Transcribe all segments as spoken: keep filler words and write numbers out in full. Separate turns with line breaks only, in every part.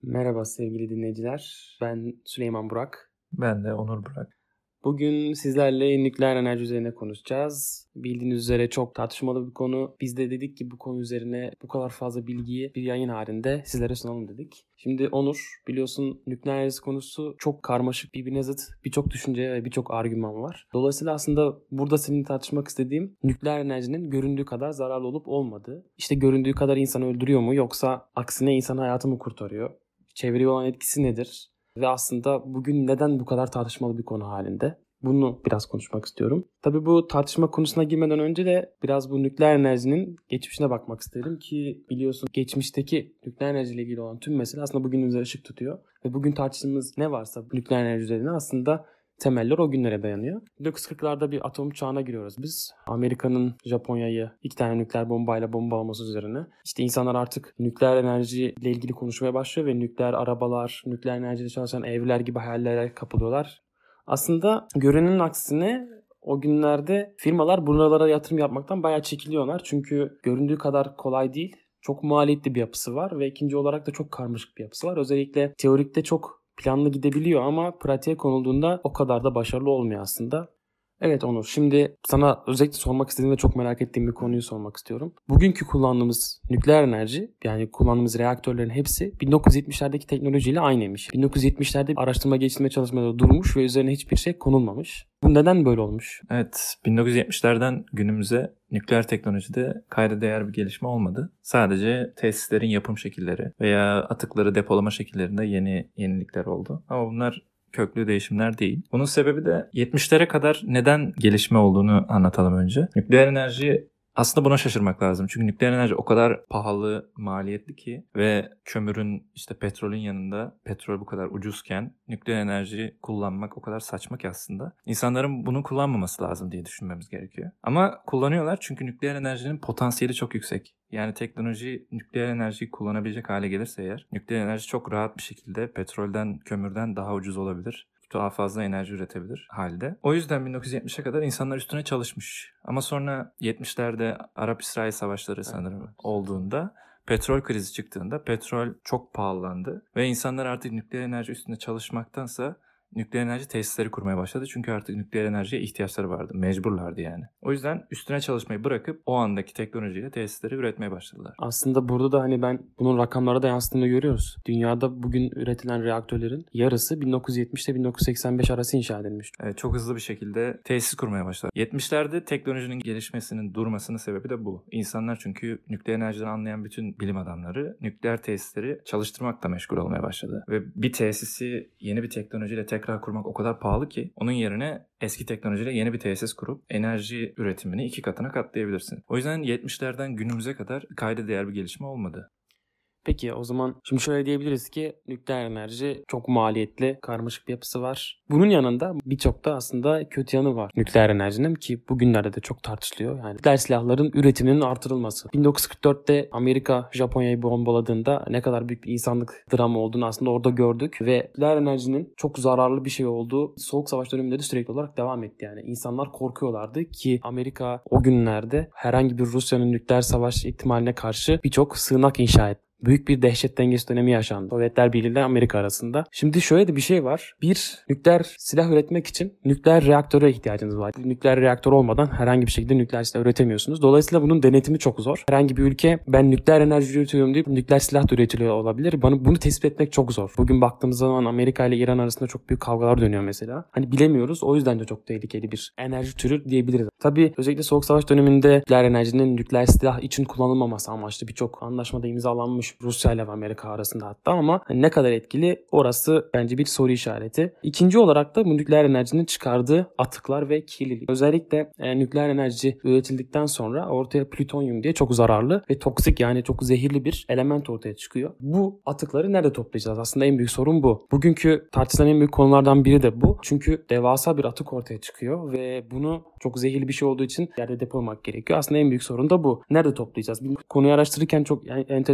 Merhaba sevgili dinleyiciler. Ben Süleyman Burak.
Ben de Onur Burak.
Bugün sizlerle nükleer enerji üzerine konuşacağız. Bildiğiniz üzere çok tartışmalı bir konu. Biz de dedik ki bu konu üzerine bu kadar fazla bilgiyi bir yayın halinde sizlere sunalım dedik. Şimdi Onur, biliyorsun nükleer enerji konusu çok karmaşık, birbirine zıt birçok düşünce ve birçok argüman var. Dolayısıyla aslında burada seninle tartışmak istediğim nükleer enerjinin göründüğü kadar zararlı olup olmadığı. İşte göründüğü kadar insanı öldürüyor mu yoksa aksine insan hayatı mı kurtarıyor? Çevreye olan etkisi nedir? Ve aslında bugün neden bu kadar tartışmalı bir konu halinde? Bunu biraz konuşmak istiyorum. Tabii bu tartışma konusuna girmeden önce de biraz bu nükleer enerjinin geçmişine bakmak isterim ki biliyorsun geçmişteki nükleer enerjiyle ilgili olan tüm mesele aslında bugünümüze ışık tutuyor. Ve bugün tartıştığımız ne varsa nükleer enerji üzerine aslında temeller o günlere dayanıyor. bin dokuz yüz kırklarda bir atom çağına giriyoruz biz. Amerika'nın Japonya'yı iki tane nükleer bombayla bombalaması üzerine. İşte insanlar artık nükleer enerjiyle ilgili konuşmaya başlıyor ve nükleer arabalar, nükleer enerjiyle çalışan evler gibi hayallere kapılıyorlar. Aslında görünenin aksine o günlerde firmalar buralara yatırım yapmaktan bayağı çekiliyorlar. Çünkü göründüğü kadar kolay değil. Çok maliyetli bir yapısı var ve ikinci olarak da çok karmaşık bir yapısı var. Özellikle teorikte çok planlı gidebiliyor ama pratiğe konulduğunda o kadar da başarılı olmuyor aslında. Evet Onur, şimdi sana özellikle sormak istediğim ve çok merak ettiğim bir konuyu sormak istiyorum. Bugünkü kullandığımız nükleer enerji, yani kullandığımız reaktörlerin hepsi bin dokuz yüz yetmişlerdeki teknolojiyle aynıymış. bin dokuz yüz yetmişlerde araştırma geliştirme çalışmaları durmuş ve üzerine hiçbir şey konulmamış. Bu neden böyle olmuş?
Evet, bin dokuz yüz yetmişlerden günümüze nükleer teknolojide kayda değer bir gelişme olmadı. Sadece tesislerin yapım şekilleri veya atıkları depolama şekillerinde yeni yenilikler oldu. Ama bunlar köklü değişimler değil. Bunun sebebi de yetmişlere kadar neden gelişme olduğunu anlatalım önce. Nükleer enerji aslında buna şaşırmak lazım. Çünkü nükleer enerji o kadar pahalı, maliyetli ki ve kömürün, işte petrolün yanında petrol bu kadar ucuzken nükleer enerji kullanmak o kadar saçma ki aslında. İnsanların bunu kullanmaması lazım diye düşünmemiz gerekiyor. Ama kullanıyorlar çünkü nükleer enerjinin potansiyeli çok yüksek. Yani teknoloji nükleer enerjiyi kullanabilecek hale gelirse eğer, nükleer enerji çok rahat bir şekilde petrolden, kömürden daha ucuz olabilir. Daha fazla enerji üretebilir halde. O yüzden bin dokuz yüz yetmişe kadar insanlar üstüne çalışmış. Ama sonra yetmişlerde Arap-İsrail savaşları sanırım evet. olduğunda, petrol krizi çıktığında petrol çok pahalandı. Ve insanlar artık nükleer enerji üstünde çalışmaktansa nükleer enerji tesisleri kurmaya başladı. Çünkü artık nükleer enerjiye ihtiyaçları vardı. Mecburlardı yani. O yüzden üstüne çalışmayı bırakıp o andaki teknolojiyle tesisleri üretmeye başladılar.
Aslında burada da hani ben bunun rakamlara da yansıttığını görüyoruz. Dünyada bugün üretilen reaktörlerin yarısı bin dokuz yüz yetmiş ile bin dokuz yüz seksen beş arası inşa edilmiş.
Evet, çok hızlı bir şekilde tesis kurmaya başladı. yetmişlerde teknolojinin gelişmesinin durmasının sebebi de bu. İnsanlar çünkü nükleer enerjiden anlayan bütün bilim adamları nükleer tesisleri çalıştırmakla meşgul olmaya başladı. Ve bir tesisi yeni bir teknolojiyle tekrar tekrar kurmak o kadar pahalı ki onun yerine eski teknolojiyle yeni bir tesis kurup enerji üretimini iki katına katlayabilirsin. O yüzden yetmişlerden günümüze kadar kayda değer bir gelişme olmadı.
Peki o zaman şimdi şöyle diyebiliriz ki nükleer enerji çok maliyetli, karmaşık bir yapısı var. Bunun yanında birçok da aslında kötü yanı var nükleer enerjinin ki bugünlerde de çok tartışılıyor. Yani nükleer silahların üretiminin artırılması. bin dokuz yüz kırk dörtte Amerika Japonya'yı bombaladığında ne kadar büyük bir insanlık dramı olduğunu aslında orada gördük ve nükleer enerjinin çok zararlı bir şey olduğu Soğuk Savaş döneminde de sürekli olarak devam etti. Yani insanlar korkuyorlardı ki Amerika o günlerde herhangi bir Rusya'nın nükleer savaş ihtimaline karşı birçok sığınak inşa etti. Büyük bir dehşet dengesi dönemi yaşandı Sovyetler Birliği ile Amerika arasında. Şimdi şöyle de bir şey var. Bir, nükleer silah üretmek için nükleer reaktöre ihtiyacınız var. Bu nükleer reaktör olmadan herhangi bir şekilde nükleer silah üretemiyorsunuz. Dolayısıyla bunun denetimi çok zor. Herhangi bir ülke ben nükleer enerji üretiyorum deyip nükleer silah da üretiliyor olabilir. Bunu, bunu tespit etmek çok zor. Bugün baktığımız zaman Amerika ile İran arasında çok büyük kavgalar dönüyor mesela. Hani bilemiyoruz. O yüzden de çok tehlikeli bir enerji türü diyebiliriz. Tabii özellikle Soğuk Savaş döneminde nükleer enerjinin nükleer silah için kullanılmaması amaçlı birçok anlaşmada imzalanmış Rusya ile Amerika arasında hatta ama hani ne kadar etkili orası bence bir soru işareti. İkinci olarak da bu nükleer enerjinin çıkardığı atıklar ve kirlilik. Özellikle e, nükleer enerji üretildikten sonra ortaya plütonyum diye çok zararlı ve toksik yani çok zehirli bir element ortaya çıkıyor. Bu atıkları nerede toplayacağız? Aslında en büyük sorun bu. Bugünkü tartışılan en büyük konulardan biri de bu. Çünkü devasa bir atık ortaya çıkıyor ve bunu çok zehirli bir şey olduğu için yerde depolamak gerekiyor. Aslında en büyük sorun da bu. Nerede toplayacağız? Bir konuyu araştırırken çok yani enteresan bir bilgi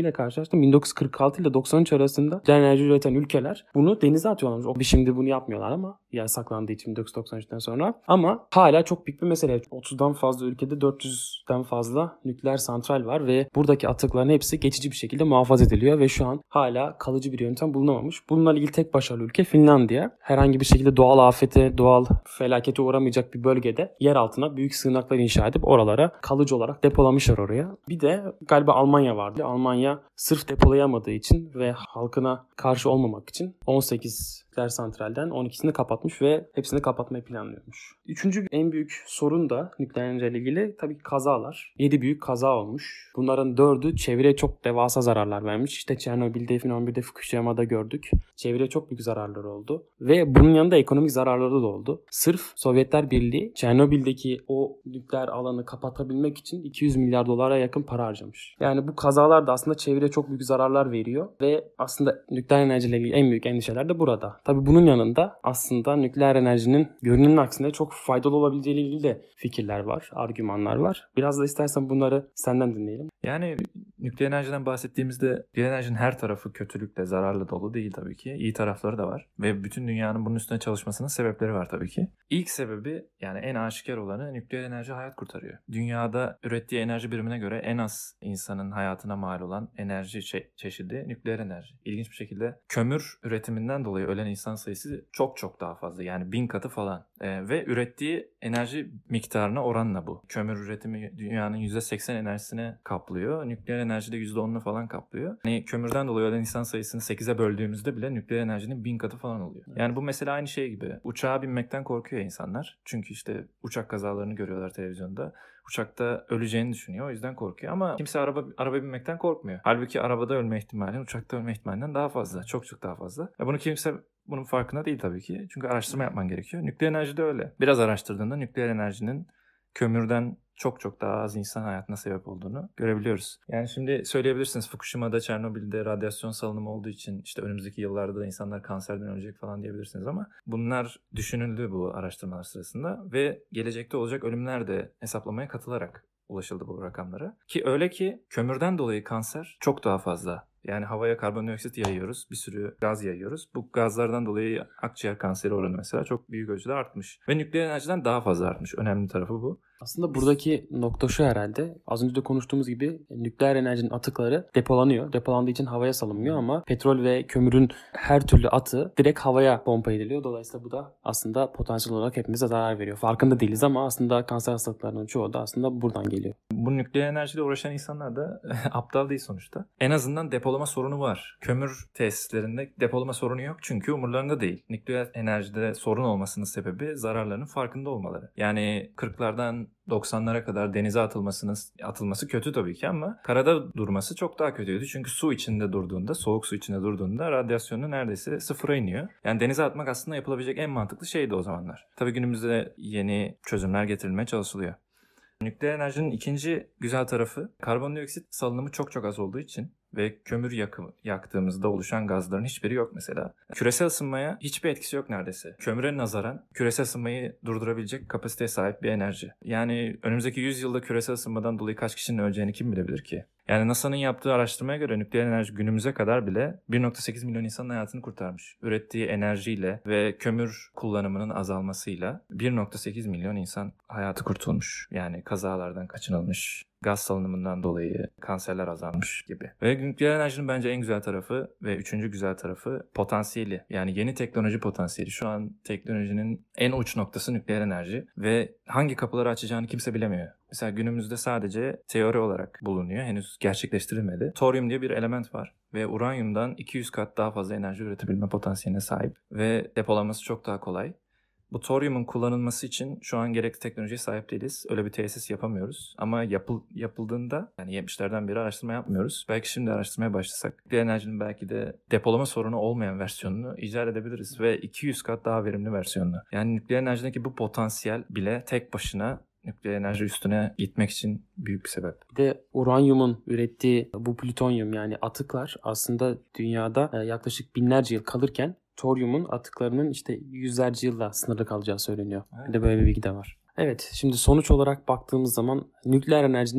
bilgiyle karşılaştım. bin dokuz yüz kırk altı ile doksan üç arasında nükleer enerji üreten ülkeler bunu denize atıyorlarmış. O şimdi bunu yapmıyorlar ama yasaklandığı için bin dokuz yüz doksan üçten sonra. Ama hala çok büyük bir mesele. otuzdan fazla ülkede dört yüzden fazla nükleer santral var ve buradaki atıkların hepsi geçici bir şekilde muhafaza ediliyor ve şu an hala kalıcı bir yöntem bulunamamış. Bununla ilgili tek başarılı ülke Finlandiya. Herhangi bir şekilde doğal afete, doğal felakete uğramayacak bir bölgede yer altına büyük sığınaklar inşa edip oralara kalıcı olarak depolamışlar oraya. Bir de galiba Almanya vardı. Almanya sırf depolayamadığı için ve halkına karşı olmamak için on sekiz nükleer santralden on ikisini kapatmış ve hepsini kapatmayı planlıyormuş. Üçüncü en büyük sorun da nükleer enerjiyle ilgili tabii ki kazalar. yedi büyük kaza olmuş. Bunların dördü çevreye çok devasa zararlar vermiş. İşte Çernobil'de, iki bin on birde, Fukushima'da gördük. Çevreye çok büyük zararları oldu. Ve bunun yanında ekonomik zararları da oldu. Sırf Sovyetler Birliği Çernobil'deki o nükleer alanı kapatabilmek için iki yüz milyar dolara yakın para harcamış. Yani bu kazalar da aslında çevreye çok büyük zararlar veriyor ve aslında nükleer enerjiyle ilgili en büyük endişeler de burada. Tabii bunun yanında aslında nükleer enerjinin görünenin aksine çok faydalı olabileceğiyle ilgili de fikirler var, argümanlar var. Biraz da istersen bunları senden dinleyelim.
Yani nükleer enerjiden bahsettiğimizde nükleer enerjinin her tarafı kötülükle, zararlı dolu değil tabii ki. İyi tarafları da var ve bütün dünyanın bunun üstüne çalışmasının sebepleri var tabii ki. İlk sebebi, yani en aşikar olanı, nükleer enerji hayat kurtarıyor. Dünyada ürettiği enerji birimine göre en az insanın hayatına mal olan enerji çe- çeşidi nükleer enerji. İlginç bir şekilde kömür üretiminden dolayı ölen insan sayısı çok çok daha fazla. Yani bin katı falan. Ee, ve ürettiği enerji miktarına oranla bu. Kömür üretimi dünyanın yüzde seksen enerjisine kaplıyor. Nükleer enerji de yüzde onunu falan kaplıyor. Yani kömürden dolayı ölen insan sayısını sekize böldüğümüzde bile nükleer enerjinin bin katı falan oluyor. Yani bu mesela aynı şey gibi. Uçağa binmekten korkuyor insanlar. Çünkü işte uçak kazalarını görüyorlar televizyonda. Uçakta öleceğini düşünüyor. O yüzden korkuyor. Ama kimse araba araba binmekten korkmuyor. Halbuki arabada ölme ihtimali uçakta ölme ihtimalinden daha fazla. Çok çok daha fazla. Ya bunu kimse bunun farkında değil tabii ki. Çünkü araştırma yapman gerekiyor. Nükleer enerji de öyle. Biraz araştırdığında nükleer enerjinin kömürden çok çok daha az insan hayatına sebep olduğunu görebiliyoruz. Yani şimdi söyleyebilirsiniz, Fukushima'da, Çernobil'de radyasyon salınımı olduğu için işte önümüzdeki yıllarda da insanlar kanserden ölecek falan diyebilirsiniz ama bunlar düşünüldü bu araştırmalar sırasında ve gelecekte olacak ölümler de hesaplamaya katılarak ulaşıldı bu rakamlara. Ki öyle ki kömürden dolayı kanser çok daha fazla. Yani havaya karbondioksit yayıyoruz, bir sürü gaz yayıyoruz. Bu gazlardan dolayı akciğer kanseri oranı mesela çok büyük ölçüde artmış. Ve nükleer enerjiden daha fazla artmış. Önemli tarafı bu.
Aslında buradaki nokta şu herhalde. Az önce de konuştuğumuz gibi nükleer enerjinin atıkları depolanıyor. Depolandığı için havaya salınmıyor ama petrol ve kömürün her türlü atığı direkt havaya pompa ediliyor. Dolayısıyla bu da aslında potansiyel olarak hepimize zarar veriyor. Farkında değiliz ama aslında kanser hastalıklarının çoğu da aslında buradan geliyor.
Bu nükleer enerjiyle uğraşan insanlar da aptal değil sonuçta. En azından depolama sorunu var. Kömür tesislerinde depolama sorunu yok çünkü umurlarında değil. Nükleer enerjide sorun olmasının sebebi zararlarının farkında olmaları. Yani kırklardan doksanlara kadar denize atılmasının atılması kötü tabii ki ama karada durması çok daha kötüydü. Çünkü su içinde durduğunda, soğuk su içinde durduğunda radyasyonu neredeyse sıfıra iniyor. Yani denize atmak aslında yapılabilecek en mantıklı şeydi o zamanlar. Tabii günümüzde yeni çözümler getirilmeye çalışılıyor. Nükleer enerjinin ikinci güzel tarafı, karbondioksit salınımı çok çok az olduğu için ve kömür yakımı, yaktığımızda oluşan gazların hiçbiri yok mesela. Küresel ısınmaya hiçbir etkisi yok neredeyse. Kömüre nazaran küresel ısınmayı durdurabilecek kapasiteye sahip bir enerji. Yani önümüzdeki yüz yılda küresel ısınmadan dolayı kaç kişinin öleceğini kim bilebilir ki? Yani NASA'nın yaptığı araştırmaya göre nükleer enerji günümüze kadar bile bir virgül sekiz milyon insanın hayatını kurtarmış. Ürettiği enerjiyle ve kömür kullanımının azalmasıyla bir virgül sekiz milyon insan hayatı kurtulmuş. Yani kazalardan kaçınılmış, gaz salınımından dolayı kanserler azalmış gibi. Ve nükleer enerjinin bence en güzel tarafı ve üçüncü güzel tarafı potansiyeli. Yani yeni teknoloji potansiyeli. Şu an teknolojinin en uç noktası nükleer enerji ve hangi kapıları açacağını kimse bilemiyor. Mesela günümüzde sadece teori olarak bulunuyor. Henüz gerçekleştirilmedi. Toryum diye bir element var ve uranyumdan iki yüz kat daha fazla enerji üretebilme potansiyeline sahip ve depolanması çok daha kolay. Bu toryumun kullanılması için şu an gerekli teknolojiye sahip değiliz. Öyle bir tesis yapamıyoruz. Ama yapıl, yapıldığında, yani yetmişlerden beri araştırma yapmıyoruz. Belki şimdi araştırmaya başlasak nükleer enerjinin belki de depolama sorunu olmayan versiyonunu icat edebiliriz. Ve iki yüz kat daha verimli versiyonunu. Yani nükleer enerjideki bu potansiyel bile tek başına nükleer enerji üstüne gitmek için büyük bir sebep.
Bir de uranyumun ürettiği bu plütonyum, yani atıklar aslında dünyada yaklaşık binlerce yıl kalırken toryumun atıklarının işte yüzlerce yılla sınırlı kalacağı söyleniyor. Evet. Bir de böyle bir bilgi de var. Evet, şimdi sonuç olarak baktığımız zaman nükleer enerjinin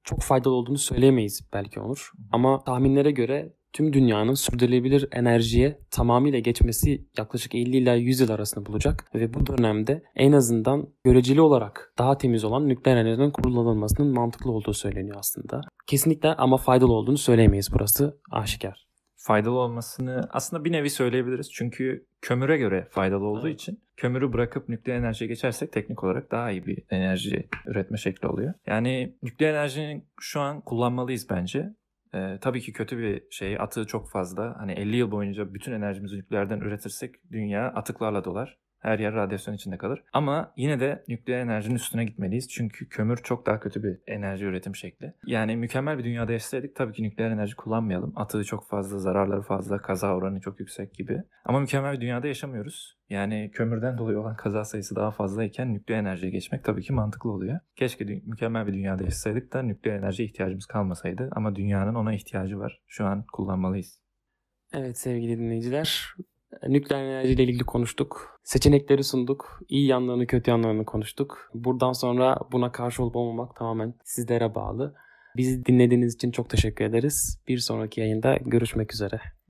çok faydalı olduğunu söyleyemeyiz belki Onur. Ama tahminlere göre tüm dünyanın sürdürülebilir enerjiye tamamıyla geçmesi yaklaşık elli ila yüz yıl arasında bulacak ve bu dönemde en azından göreceli olarak daha temiz olan nükleer enerjinin kullanılmasının mantıklı olduğu söyleniyor aslında. Kesinlikle ama faydalı olduğunu söyleyemeyiz, burası aşikar.
Faydalı olmasını aslında bir nevi söyleyebiliriz. Çünkü kömüre göre faydalı olduğu evet. için kömürü bırakıp nükleer enerjiye geçersek teknik olarak daha iyi bir enerji üretme şekli oluyor. Yani nükleer enerjinin şu an kullanmalıyız bence. Ee, tabii ki kötü bir şey. Atığı çok fazla. Hani elli yıl boyunca bütün enerjimizi nükleerden üretirsek dünya atıklarla dolar. Her yer radyasyon içinde kalır. Ama yine de nükleer enerjinin üstüne gitmeliyiz. Çünkü kömür çok daha kötü bir enerji üretim şekli. Yani mükemmel bir dünyada yaşasaydık tabii ki nükleer enerji kullanmayalım. Atığı çok fazla, zararları fazla, kaza oranı çok yüksek gibi. Ama mükemmel bir dünyada yaşamıyoruz. Yani kömürden dolayı olan kaza sayısı daha fazlayken nükleer enerjiye geçmek tabii ki mantıklı oluyor. Keşke dü- mükemmel bir dünyada yaşasaydık da nükleer enerjiye ihtiyacımız kalmasaydı. Ama dünyanın ona ihtiyacı var. Şu an kullanmalıyız.
Evet sevgili dinleyiciler. Nükleer enerjiyle ilgili konuştuk. Seçenekleri sunduk. İyi yanlarını, kötü yanlarını konuştuk. Buradan sonra buna karşı olup olmamak tamamen sizlere bağlı. Bizi dinlediğiniz için çok teşekkür ederiz. Bir sonraki yayında görüşmek üzere.